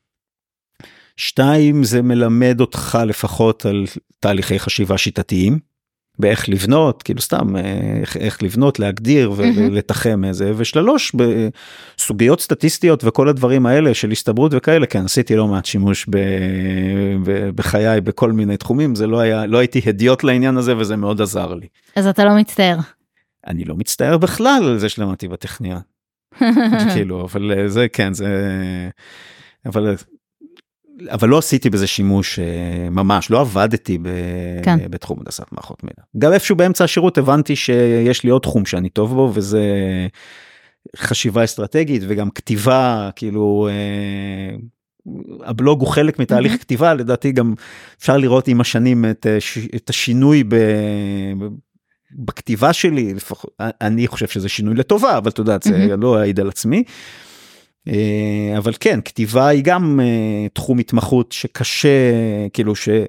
שתיים, זה מלמד אותך לפחות על תהליכי חשיבה שיטתיים, באיך לבנות, כאילו סתם, איך, איך לבנות, להגדיר ולתחם איזה, ושלוש, בסוגיות סטטיסטיות וכל הדברים האלה של הסתברות וכאלה, כן, עשיתי לא מעט שימוש ב, ב, בחיי, בכל מיני תחומים, זה לא היה, לא הייתי הדיוט לעניין הזה, וזה מאוד עזר לי. אז אתה לא מצטער? אני לא מצטער בכלל על זה שלמדתי בטכניון. כאילו, אבל זה, כן, זה, אבל... אבל לא עשיתי בזה שימוש ממש, לא עבדתי ב... כן. בתחום הנדסת מערכות מידע. גם איפשהו באמצע השירות הבנתי שיש לי עוד תחום שאני טוב בו, וזה חשיבה אסטרטגית וגם כתיבה, כאילו, הבלוג הוא חלק מתהליך mm-hmm. כתיבה, לדעתי גם אפשר לראות עם השנים את, את השינוי ב... בכתיבה שלי, לפחות, אני חושב שזה שינוי לטובה, אבל אתה יודע, זה mm-hmm. לא העיד על עצמי. אבל כן, כתיבה היא גם תחום התמחות שקשה, כאילו שלא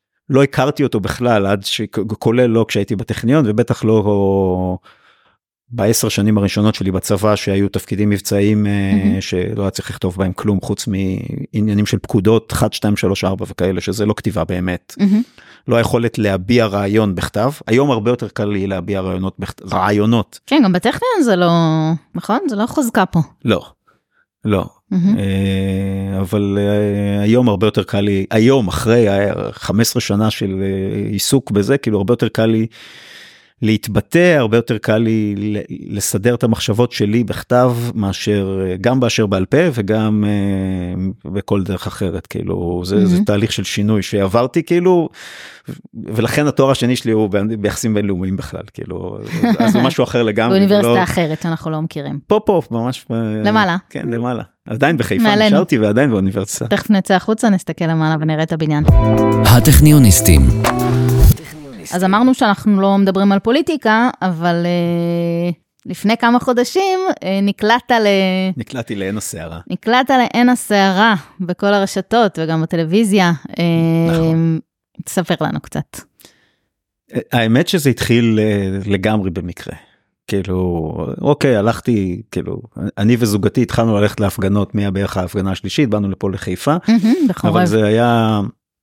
הכרתי אותו בכלל, עד שכולל לא כשהייתי בטכניון, ובטח לא בעשר שנים הראשונות שלי בצבא, שהיו תפקידים מבצעיים, mm-hmm. שלא היה צריך לכתוב בהם כלום, חוץ מעניינים של פקודות, אחת, שתיים, שלוש, ארבע וכאלה, שזה לא כתיבה באמת. Mm-hmm. לא יכולת להביע רעיון בכתב. היום הרבה יותר קל לי להביע רעיונות בכתב, רעיונות. כן, גם בטכניון זה לא, נכון? זה לא חוזקה פה. לא, לא. Mm-hmm. אבל היום הרבה יותר קל לי, היום אחרי חמש עשרה שנה של עיסוק בזה, כאילו הרבה יותר קל לי, להתבטא, הרבה יותר קל לי לסדר את המחשבות שלי בכתב, מאשר, גם באשר בעל פה, וגם בכל דרך אחרת, כאילו, זה, mm-hmm. זה תהליך של שינוי שעברתי, כאילו, ולכן התואר השני שלי הוא ביחסים בינלאומיים בכלל, כאילו, אז זה משהו אחר לגמרי. באוניברסיטה לא... אחרת, שאנחנו לא מכירים. פה, פה, ממש. למעלה. כן, למעלה. עדיין בחיפה, נשארתי ועדיין באוניברסיטה. תכף נצא החוצה, נסתכל למעלה ונראה את הבניין. הטכניוניסטים. אז אמרנו שאנחנו לא מדברים על פוליטיקה, אבל uh, לפני כמה חודשים uh, נקלעת ל... נקלעתי לעין הסערה. נקלעת לעין הסערה בכל הרשתות וגם בטלוויזיה. נכון. Uh, תספר לנו קצת. האמת שזה התחיל לגמרי במקרה. כאילו, אוקיי, הלכתי, כאילו, אני וזוגתי התחלנו ללכת להפגנות, מי בערך ההפגנה השלישית, באנו לפה לחיפה, אבל זה היה...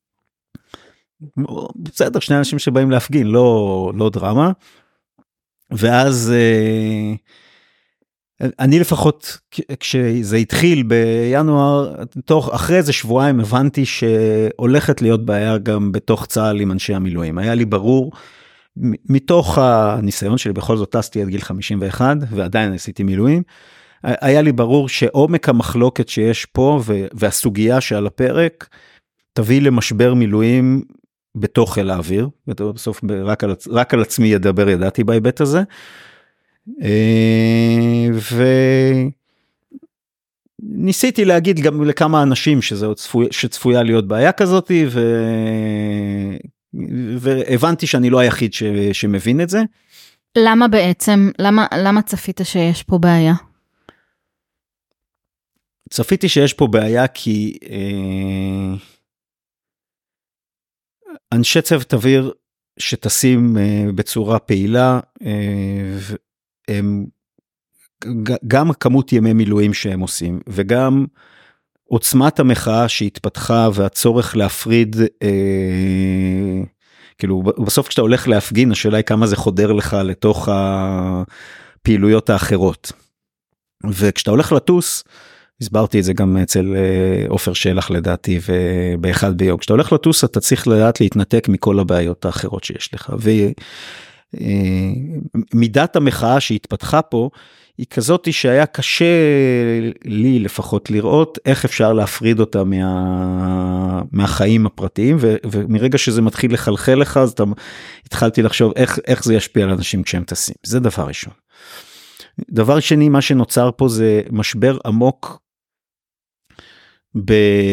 בסדר, שני אנשים שבאים להפגין, לא, לא דרמה, ואז אני לפחות, כשזה התחיל בינואר, תוך, אחרי איזה שבועיים הבנתי שהולכת להיות בעיה גם בתוך צה"ל עם אנשי המילואים. היה לי ברור, מתוך הניסיון שלי, בכל זאת טסתי עד גיל חמישים ואחת, ועדיין עשיתי מילואים, היה לי ברור שעומק המחלוקת שיש פה, והסוגיה שעל הפרק, תביא למשבר מילואים, בתוך חיל האוויר, בסוף רק על, רק על עצמי ידבר ידעתי בהיבט הזה, וניסיתי להגיד גם לכמה אנשים שזה צפוי, שצפויה להיות בעיה כזאת, ו... והבנתי שאני לא היחיד ש... שמבין את זה. למה בעצם, למה, למה צפית שיש פה בעיה? צפיתי שיש פה בעיה כי... אנשי צוות אוויר שטסים בצורה פעילה, הם, גם כמות ימי מילואים שהם עושים, וגם עוצמת המחאה שהתפתחה, והצורך להפריד, כאילו בסוף כשאתה הולך להפגין, השאלה היא כמה זה חודר לך לתוך הפעילויות האחרות. וכשאתה הולך לטוס, הסברתי את זה גם אצל אופר שלח לדעתי, ובאחד ביום. כשאתה הולך לטוס, אתה צריך לדעת להתנתק מכל הבעיות האחרות שיש לך. ומידת המחאה שהתפתחה פה, היא כזאת שהיה קשה לי לפחות לראות, איך אפשר להפריד אותה מה... מהחיים הפרטיים, ו... ומרגע שזה מתחיל לחלחל לך, אז אתה... התחלתי לחשוב איך, איך זה ישפיע על אנשים כשהם טסים. זה דבר ראשון. דבר שני, מה שנוצר פה זה משבר עמוק, ב...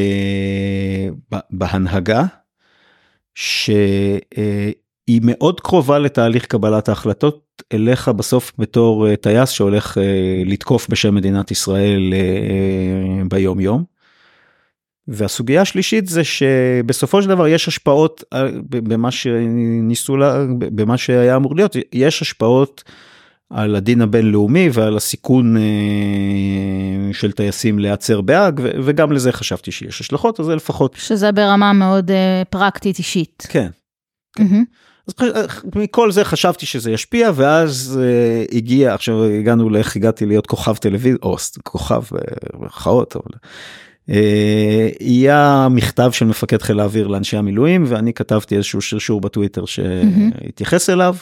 בהנהגה, שהיא מאוד קרובה לתהליך קבלת ההחלטות, אליך בסוף בתור טייס שהולך לתקוף בשם מדינת ישראל ביום יום. והסוגיה השלישית זה שבסופו של דבר יש השפעות במה שניסו, לה, במה שהיה אמור להיות, יש השפעות על הדין הבינלאומי ועל הסיכון של טייסים להיעצר בהאג, וגם לזה חשבתי שיש השלכות, אז זה לפחות... שזה ברמה מאוד פרקטית אישית. כן. אז מכל זה חשבתי שזה ישפיע, ואז הגיע, עכשיו הגענו לאיך הגעתי להיות כוכב טלוויזיה, או כוכב בחאות, אבל... היה מכתב של מפקד חיל האוויר לאנשי המילואים, ואני כתבתי איזשהו שרשור בטוויטר שהתייחס אליו,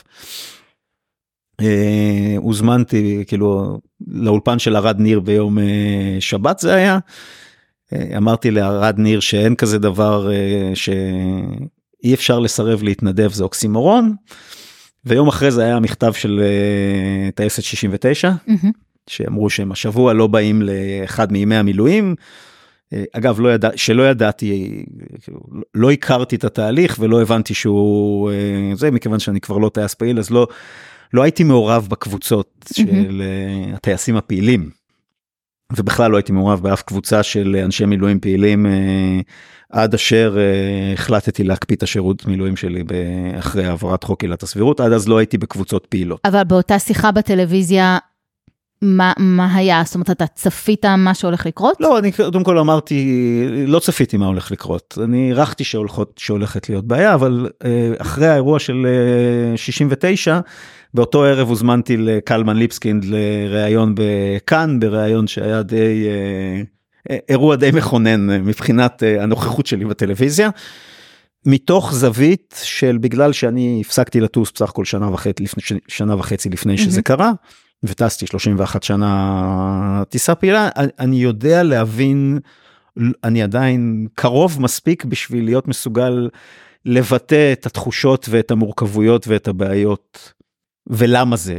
הוזמנתי כאילו לאולפן של ארד ניר ביום שבת זה היה, אמרתי לארד ניר שאין כזה דבר שאי אפשר לסרב להתנדב, זה אוקסימורון, ויום אחרי זה היה מכתב של טייסת שישים ותשע, שאמרו שהם השבוע לא באים לאחד מימי המילואים, אגב לא ידע, שלא ידעתי, לא הכרתי את התהליך ולא הבנתי שהוא זה, מכיוון שאני כבר לא טייס פעיל, אז לא לא הייתי מעורב בקבוצות של הטייסים הפעילים. ובכלל לא הייתי מעורב באף קבוצה של אנשי מילואים פעילים, עד אשר החלטתי להקפיא את השירות מילואים שלי אחרי העברת חוק עילת הסבירות, עד אז לא הייתי בקבוצות פעילות. אבל באותה שיחה בטלוויזיה, מה, מה היה? זאת אומרת, אתה צפית מה שהולך לקרות? לא, אני קודם כל אמרתי, לא צפיתי מה הולך לקרות. אני ערכתי שהולכות, שהולכת להיות בעיה, אבל אחרי האירוע של שישים ותשע, באותו ערב הוזמנתי לקלמן ליבסקינד לראיון בכאן, בראיון שהיה די, אירוע די מכונן מבחינת הנוכחות שלי בטלוויזיה, מתוך זווית של בגלל שאני הפסקתי לטוס בסך הכל שנה וחצי לפני, שנה וחצי לפני שזה קרה, וטסתי שלושים ואחת שנה טיסה פעילה, אני יודע להבין, אני עדיין קרוב מספיק בשביל להיות מסוגל לבטא את התחושות ואת המורכבויות ואת הבעיות, ולמה זה,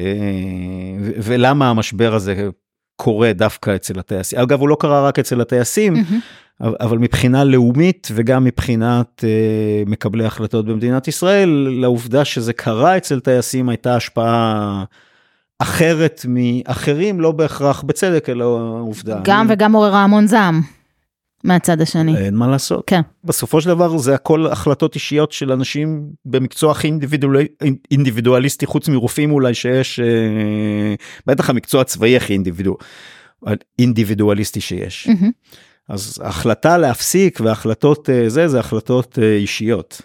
ולמה המשבר הזה קורה דווקא אצל הטייסים. אגב, הוא לא קרה רק אצל הטייסים, אבל מבחינה לאומית וגם מבחינת מקבלי החלטות במדינת ישראל, לעובדה שזה קרה אצל טייסים הייתה השפעה אחרת מאחרים, לא בהכרח בצדק, אלא עובדה. גם וגם עוררה המון זעם מהצד השני. אין מה לעשות. כן. בסופו של דבר זה הכל החלטות אישיות של אנשים במקצוע הכי אינדיבידואליסטי, חוץ מרופאים אולי שיש, בטח המקצוע הצבאי הכי אינדיבידואליסטי שיש. אז ההחלטה להפסיק וההחלטות זה, זה החלטות אישיות.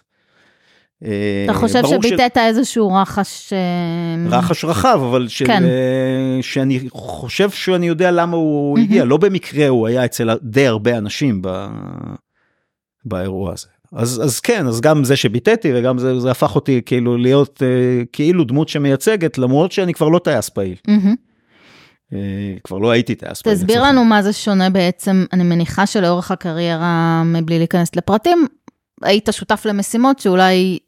אתה חושב שביטאת איזשהו רחש... רחש רחב, אבל שאני חושב שאני יודע למה הוא הגיע, לא במקרה הוא היה אצל די הרבה אנשים באירוע הזה. אז כן, אז גם זה שביטאתי, וגם זה הפך אותי כאילו להיות כאילו דמות שמייצגת, למרות שאני כבר לא טייס פעיל. כבר לא הייתי טייס פעיל. תסביר לנו מה זה שונה בעצם, אני מניחה שלאורך הקריירה, מבלי להיכנס לפרטים, היית שותף למשימות שאולי...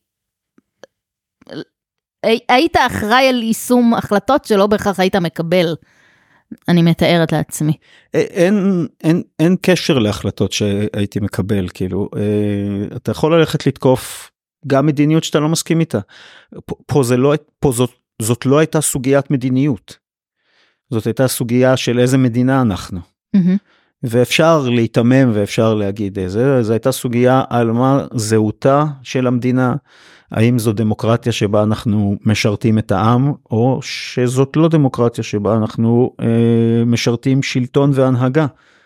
היית אחראי על יישום החלטות שלא בהכרח היית מקבל, אני מתארת לעצמי. אין, אין, אין קשר להחלטות שהייתי מקבל, כאילו, אתה יכול ללכת לתקוף גם מדיניות שאתה לא מסכים איתה. פה, פה, זה לא, פה זאת, זאת לא הייתה סוגיית מדיניות, זאת הייתה סוגיה של איזה מדינה אנחנו. Mm-hmm. ואפשר להתאמם ואפשר להגיד איזה, זו הייתה סוגיה על מה זהותה של המדינה, האם זו דמוקרטיה שבה אנחנו משרתים את העם, או שזאת לא דמוקרטיה שבה אנחנו אה, משרתים שלטון והנהגה.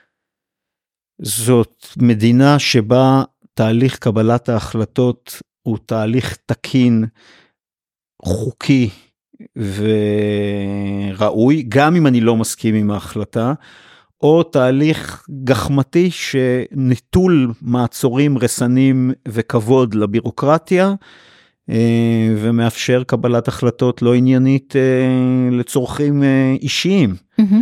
זאת מדינה שבה תהליך קבלת ההחלטות הוא תהליך תקין, חוקי וראוי, גם אם אני לא מסכים עם ההחלטה, או תהליך גחמתי שנטול מעצורים רסנים וכבוד לבירוקרטיה, ומאפשר קבלת החלטות לא עניינית לצורכים אישיים.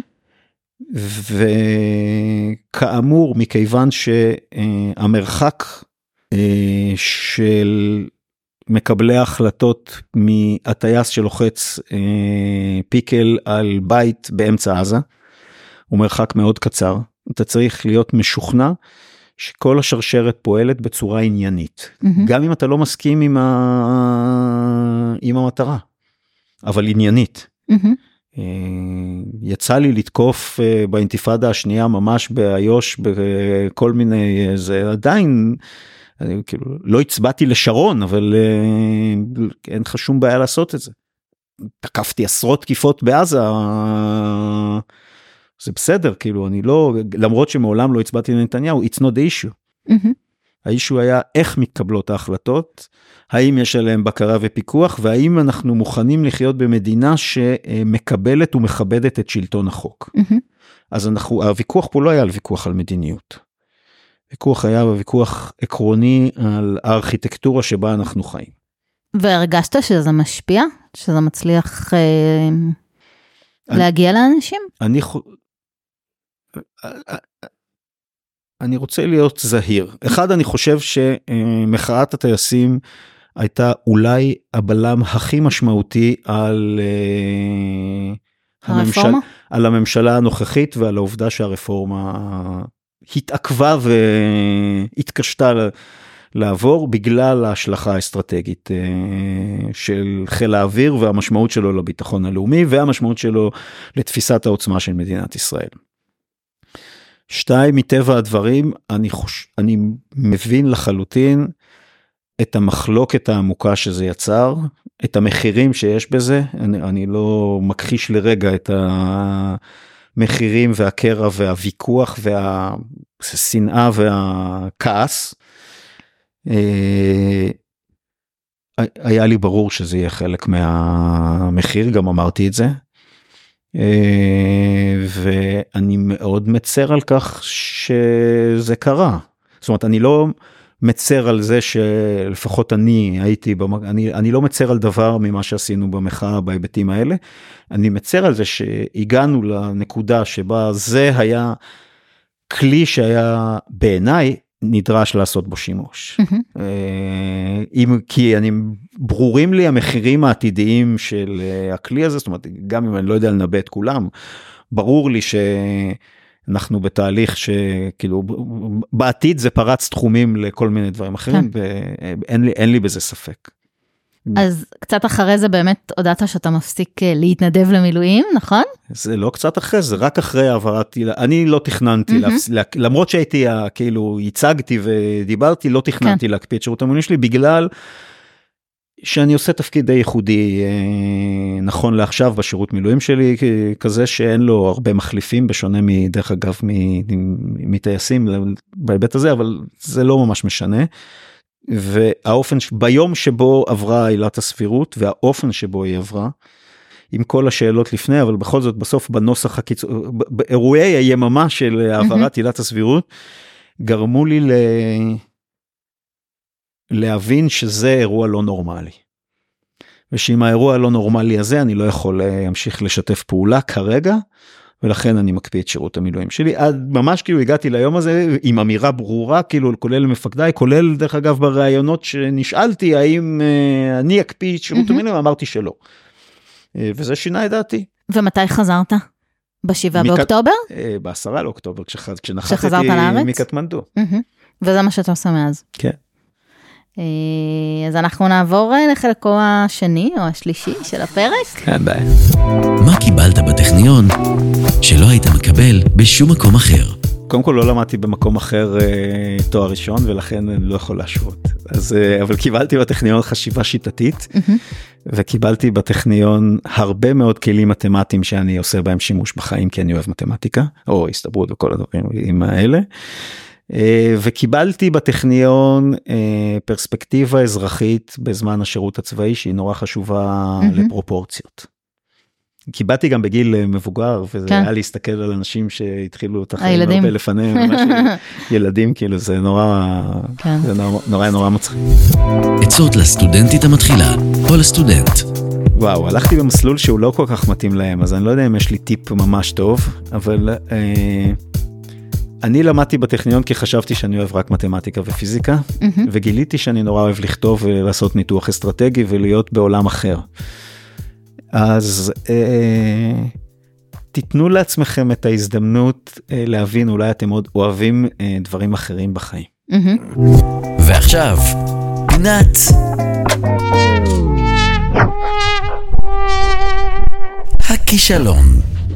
וכאמור, מכיוון שהמרחק של מקבלי ההחלטות מהטייס שלוחץ פיקל על בית באמצע עזה, הוא מרחק מאוד קצר, אתה צריך להיות משוכנע שכל השרשרת פועלת בצורה עניינית, mm-hmm. גם אם אתה לא מסכים עם, ה... עם המטרה, אבל עניינית. Mm-hmm. יצא לי לתקוף באינתיפאדה השנייה ממש באיו"ש, בכל מיני, זה עדיין, כאילו, לא הצבעתי לשרון, אבל אין לך שום בעיה לעשות את זה. תקפתי עשרות תקיפות בעזה, זה בסדר, כאילו, אני לא, למרות שמעולם לא הצבעתי לנתניהו, it's not the issue. Mm-hmm. האישו היה איך מתקבלות ההחלטות, האם יש עליהם בקרה ופיקוח, והאם אנחנו מוכנים לחיות במדינה שמקבלת ומכבדת את שלטון החוק. Mm-hmm. אז אנחנו, הוויכוח פה לא היה על ויכוח על מדיניות. ויכוח היה בוויכוח עקרוני על הארכיטקטורה שבה אנחנו חיים. והרגשת שזה משפיע? שזה מצליח אה, אני, להגיע לאנשים? אני חושב... אני רוצה להיות זהיר. אחד, אני חושב שמחאת הטייסים הייתה אולי הבלם הכי משמעותי על הממשל, על הממשלה הנוכחית ועל העובדה שהרפורמה התעכבה והתקשתה לעבור בגלל ההשלכה האסטרטגית של חיל האוויר והמשמעות שלו לביטחון הלאומי והמשמעות שלו לתפיסת העוצמה של מדינת ישראל. שתיים, מטבע הדברים, אני, חוש... אני מבין לחלוטין את המחלוקת העמוקה שזה יצר, את המחירים שיש בזה, אני, אני לא מכחיש לרגע את המחירים והקרע והוויכוח והשנאה והכעס. היה לי ברור שזה יהיה חלק מהמחיר, גם אמרתי את זה. ואני מאוד מצר על כך שזה קרה. זאת אומרת, אני לא מצר על זה שלפחות אני הייתי, אני, אני לא מצר על דבר ממה שעשינו במחאה בהיבטים האלה. אני מצר על זה שהגענו לנקודה שבה זה היה כלי שהיה בעיניי נדרש לעשות בו שימוש. Mm-hmm. אם, כי אני, ברורים לי המחירים העתידיים של הכלי הזה, זאת אומרת, גם אם אני לא יודע לנבא את כולם, ברור לי שאנחנו בתהליך שכאילו, בעתיד זה פרץ תחומים לכל מיני דברים אחרים, כן. ואין לי, אין לי בזה ספק. אז קצת אחרי זה באמת הודעת שאתה מפסיק להתנדב למילואים, נכון? זה לא קצת אחרי, זה רק אחרי העברתי, אני לא תכננתי, mm-hmm. למרות שהייתי, כאילו, ייצגתי ודיברתי, לא תכננתי כן. להקפיא את שירות המילואים שלי, בגלל שאני עושה תפקיד די ייחודי, נכון לעכשיו בשירות מילואים שלי, כזה שאין לו הרבה מחליפים, בשונה מדרך אגב מטייסים בהיבט הזה, אבל זה לא ממש משנה. והאופן, ביום שבו עברה עילת הסבירות, והאופן שבו היא עברה, עם כל השאלות לפני, אבל בכל זאת בסוף בנוסח הקיצור, באירועי היממה של העברת עילת הסבירות, גרמו לי ל... להבין שזה אירוע לא נורמלי. ושעם האירוע הלא נורמלי הזה, אני לא יכול להמשיך לשתף פעולה כרגע, ולכן אני מקפיא את שירות המילואים שלי, עד ממש כאילו הגעתי ליום הזה, עם אמירה ברורה, כאילו כולל למפקדיי, כולל דרך אגב בראיונות שנשאלתי, האם uh, אני אקפיא את שירות mm-hmm. המילואים, אמרתי שלא. Uh, וזה שינה את דעתי. ומתי חזרת? בשבעה מק... באוקטובר? Uh, בעשרה לאוקטובר, כש... כשנחתתי מקטמנדו. Mm-hmm. וזה מה שאתה עושה מאז. כן. אז אנחנו נעבור לחלקו השני או השלישי של הפרק. כן, ביי. מה קיבלת בטכניון שלא היית מקבל בשום מקום אחר? קודם כל לא למדתי במקום אחר תואר ראשון, ולכן אני לא יכול להשוות. אז, אבל קיבלתי בטכניון חשיבה שיטתית, וקיבלתי בטכניון הרבה מאוד כלים מתמטיים שאני עושה בהם שימוש בחיים, כי אני אוהב מתמטיקה, או הסתברות וכל הדברים האלה. וקיבלתי בטכניון פרספקטיבה אזרחית בזמן השירות הצבאי, שהיא נורא חשובה לפרופורציות. קיבלתי גם בגיל מבוגר, וזה היה להסתכל על אנשים שהתחילו את החיים הרבה לפניהם, ממש ילדים, כאילו זה נורא, זה נורא נורא מצחיק. עצות לסטודנטית המתחילה, או לסטודנט. וואו, הלכתי במסלול שהוא לא כל כך מתאים להם, אז אני לא יודע אם יש לי טיפ ממש טוב, אבל אני למדתי בטכניון כי חשבתי שאני אוהב רק מתמטיקה ופיזיקה, וגיליתי שאני נורא אוהב לכתוב ולעשות ניתוח אסטרטגי ולהיות בעולם אחר. אז אה, תיתנו לעצמכם את ההזדמנות אה, להבין, אולי אתם עוד אוהבים אה, דברים אחרים בחיים. Mm-hmm. ועכשיו, פינת הכישלון.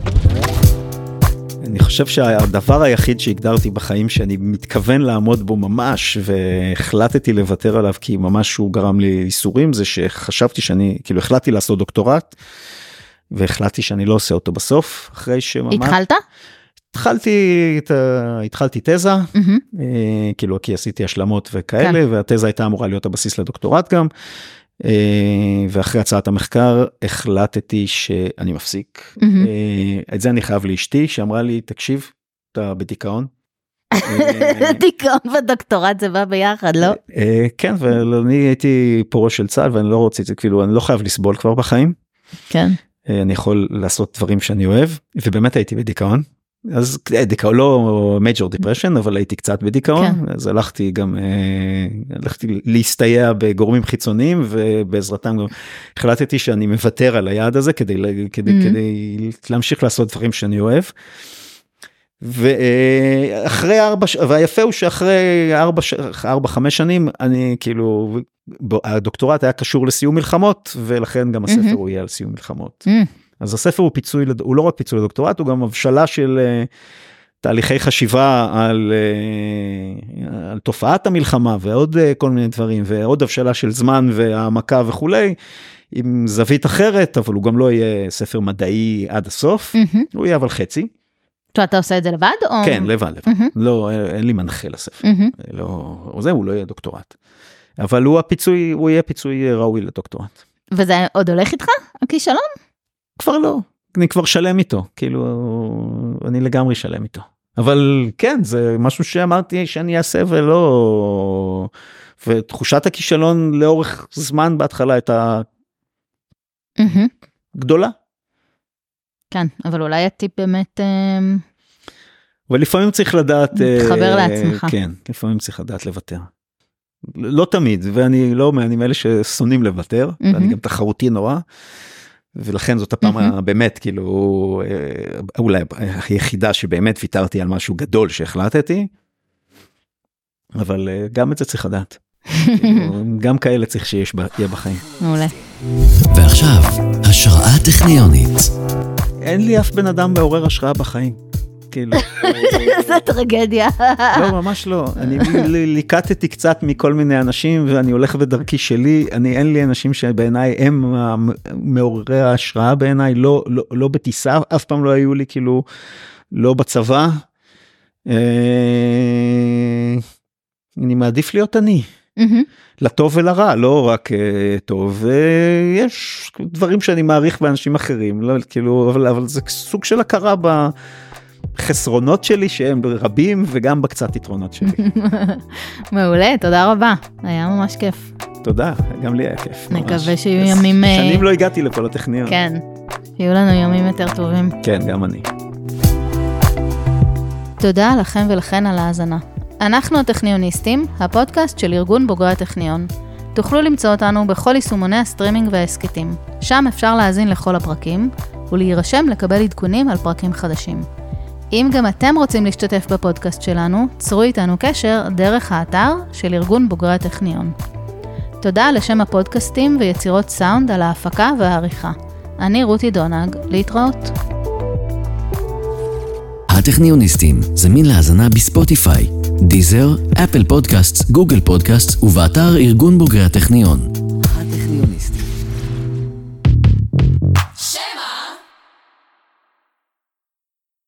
אני חושב שהדבר היחיד שהגדרתי בחיים שאני מתכוון לעמוד בו ממש, והחלטתי לוותר עליו כי ממש הוא גרם לי איסורים, זה שחשבתי שאני, כאילו החלטתי לעשות דוקטורט, והחלטתי שאני לא עושה אותו בסוף, אחרי שממש... התחלת? התחלתי, התחלתי תזה, mm-hmm. כאילו כי עשיתי השלמות וכאלה, כן. והתזה הייתה אמורה להיות הבסיס לדוקטורט גם, ואחרי הצעת המחקר החלטתי שאני מפסיק. את זה אני חייב לאשתי שאמרה לי, תקשיב, אתה בדיכאון. דיכאון ודוקטורט זה בא ביחד, לא? כן, ואני הייתי פורש של צה"ל ואני לא רוצה, כאילו אני לא חייב לסבול כבר בחיים. כן. אני יכול לעשות דברים שאני אוהב, ובאמת הייתי בדיכאון. אז דיכאון, לא major depression, אבל הייתי קצת בדיכאון, כן. אז הלכתי גם, הלכתי להסתייע בגורמים חיצוניים, ובעזרתם גם החלטתי שאני מוותר על היעד הזה, כדי, כדי, mm-hmm. כדי להמשיך לעשות דברים שאני אוהב. ואחרי ארבע, והיפה הוא שאחרי ארבע, ארבע, חמש שנים, אני כאילו, הדוקטורט היה קשור לסיום מלחמות, ולכן גם הספר mm-hmm. הוא יהיה על סיום מלחמות. Mm-hmm. אז הספר הוא פיצוי, הוא לא רק פיצוי לדוקטורט, הוא גם הבשלה של תהליכי חשיבה על, על תופעת המלחמה ועוד כל מיני דברים, ועוד הבשלה של זמן והעמקה וכולי, עם זווית אחרת, אבל הוא גם לא יהיה ספר מדעי עד הסוף, mm-hmm. הוא יהיה אבל חצי. אתה עושה את זה לבד? או... כן, לבד, לבד. Mm-hmm. לא, אין לי מנחה לספר. Mm-hmm. לא, או זה, הוא לא יהיה דוקטורט. אבל הוא הפיצוי, הוא יהיה פיצוי ראוי לדוקטורט. וזה עוד הולך איתך? הכישלון? כבר לא. אני כבר שלם איתו. כאילו, אני לגמרי שלם איתו. אבל כן, זה משהו שאמרתי שאני אעשה ולא... ותחושת הכישלון לאורך זמן בהתחלה הייתה mm-hmm. גדולה. כן, אבל אולי הטיפ באמת... אבל לפעמים צריך לדעת... תחבר לעצמך. כן, לפעמים צריך לדעת לוותר. לא תמיד, ואני לא אני מאלה ששונאים לוותר, mm-hmm. ואני גם תחרותי נורא, ולכן זאת הפעם mm-hmm. באמת, כאילו, אולי היחידה שבאמת ויתרתי על משהו גדול שהחלטתי, אבל גם את זה צריך לדעת. גם כאלה צריך שיש יהיה בחיים. מעולה. ועכשיו, השראה טכניונית. אין לי אף בן אדם מעורר השראה בחיים. כאילו. זה טרגדיה. לא, ממש לא. אני ליקטתי קצת מכל מיני אנשים, ואני הולך בדרכי שלי. אני, אין לי אנשים שבעיניי הם מעוררי ההשראה בעיניי, לא, לא, לא בטיסה, אף פעם לא היו לי, כאילו, לא בצבא. אני מעדיף להיות אני. לטוב ולרע, לא רק טוב, ויש דברים שאני מעריך באנשים אחרים, לא, כאילו, אבל, אבל זה סוג של הכרה בחסרונות שלי, שהם רבים, וגם בקצת יתרונות שלי. מעולה, תודה רבה, היה ממש כיף. תודה, גם לי היה כיף. נקווה שיהיו ימים... שנים לא הגעתי לפה לטכניון. כן, שיהיו לנו ימים יותר טובים. כן, גם אני. תודה לכם ולכן על ההאזנה. אנחנו הטכניוניסטים, הפודקאסט של ארגון בוגרי הטכניון. תוכלו למצוא אותנו בכל יישומוני הסטרימינג והעסקטים. שם אפשר להאזין לכל הפרקים, ולהירשם לקבל עדכונים על פרקים חדשים. אם גם אתם רוצים להשתתף בפודקאסט שלנו, צרו איתנו קשר דרך האתר של ארגון בוגרי הטכניון. תודה לשם הפודקאסטים ויצירות סאונד על ההפקה והעריכה. אני רותי דונג, להתראות. הטכניוניסטים זמין להאזנה בספוטיפיי, דיזר, אפל פודקאסט, גוגל פודקאסט ובאתר ארגון בוגרי הטכניון. הטכניוניסטים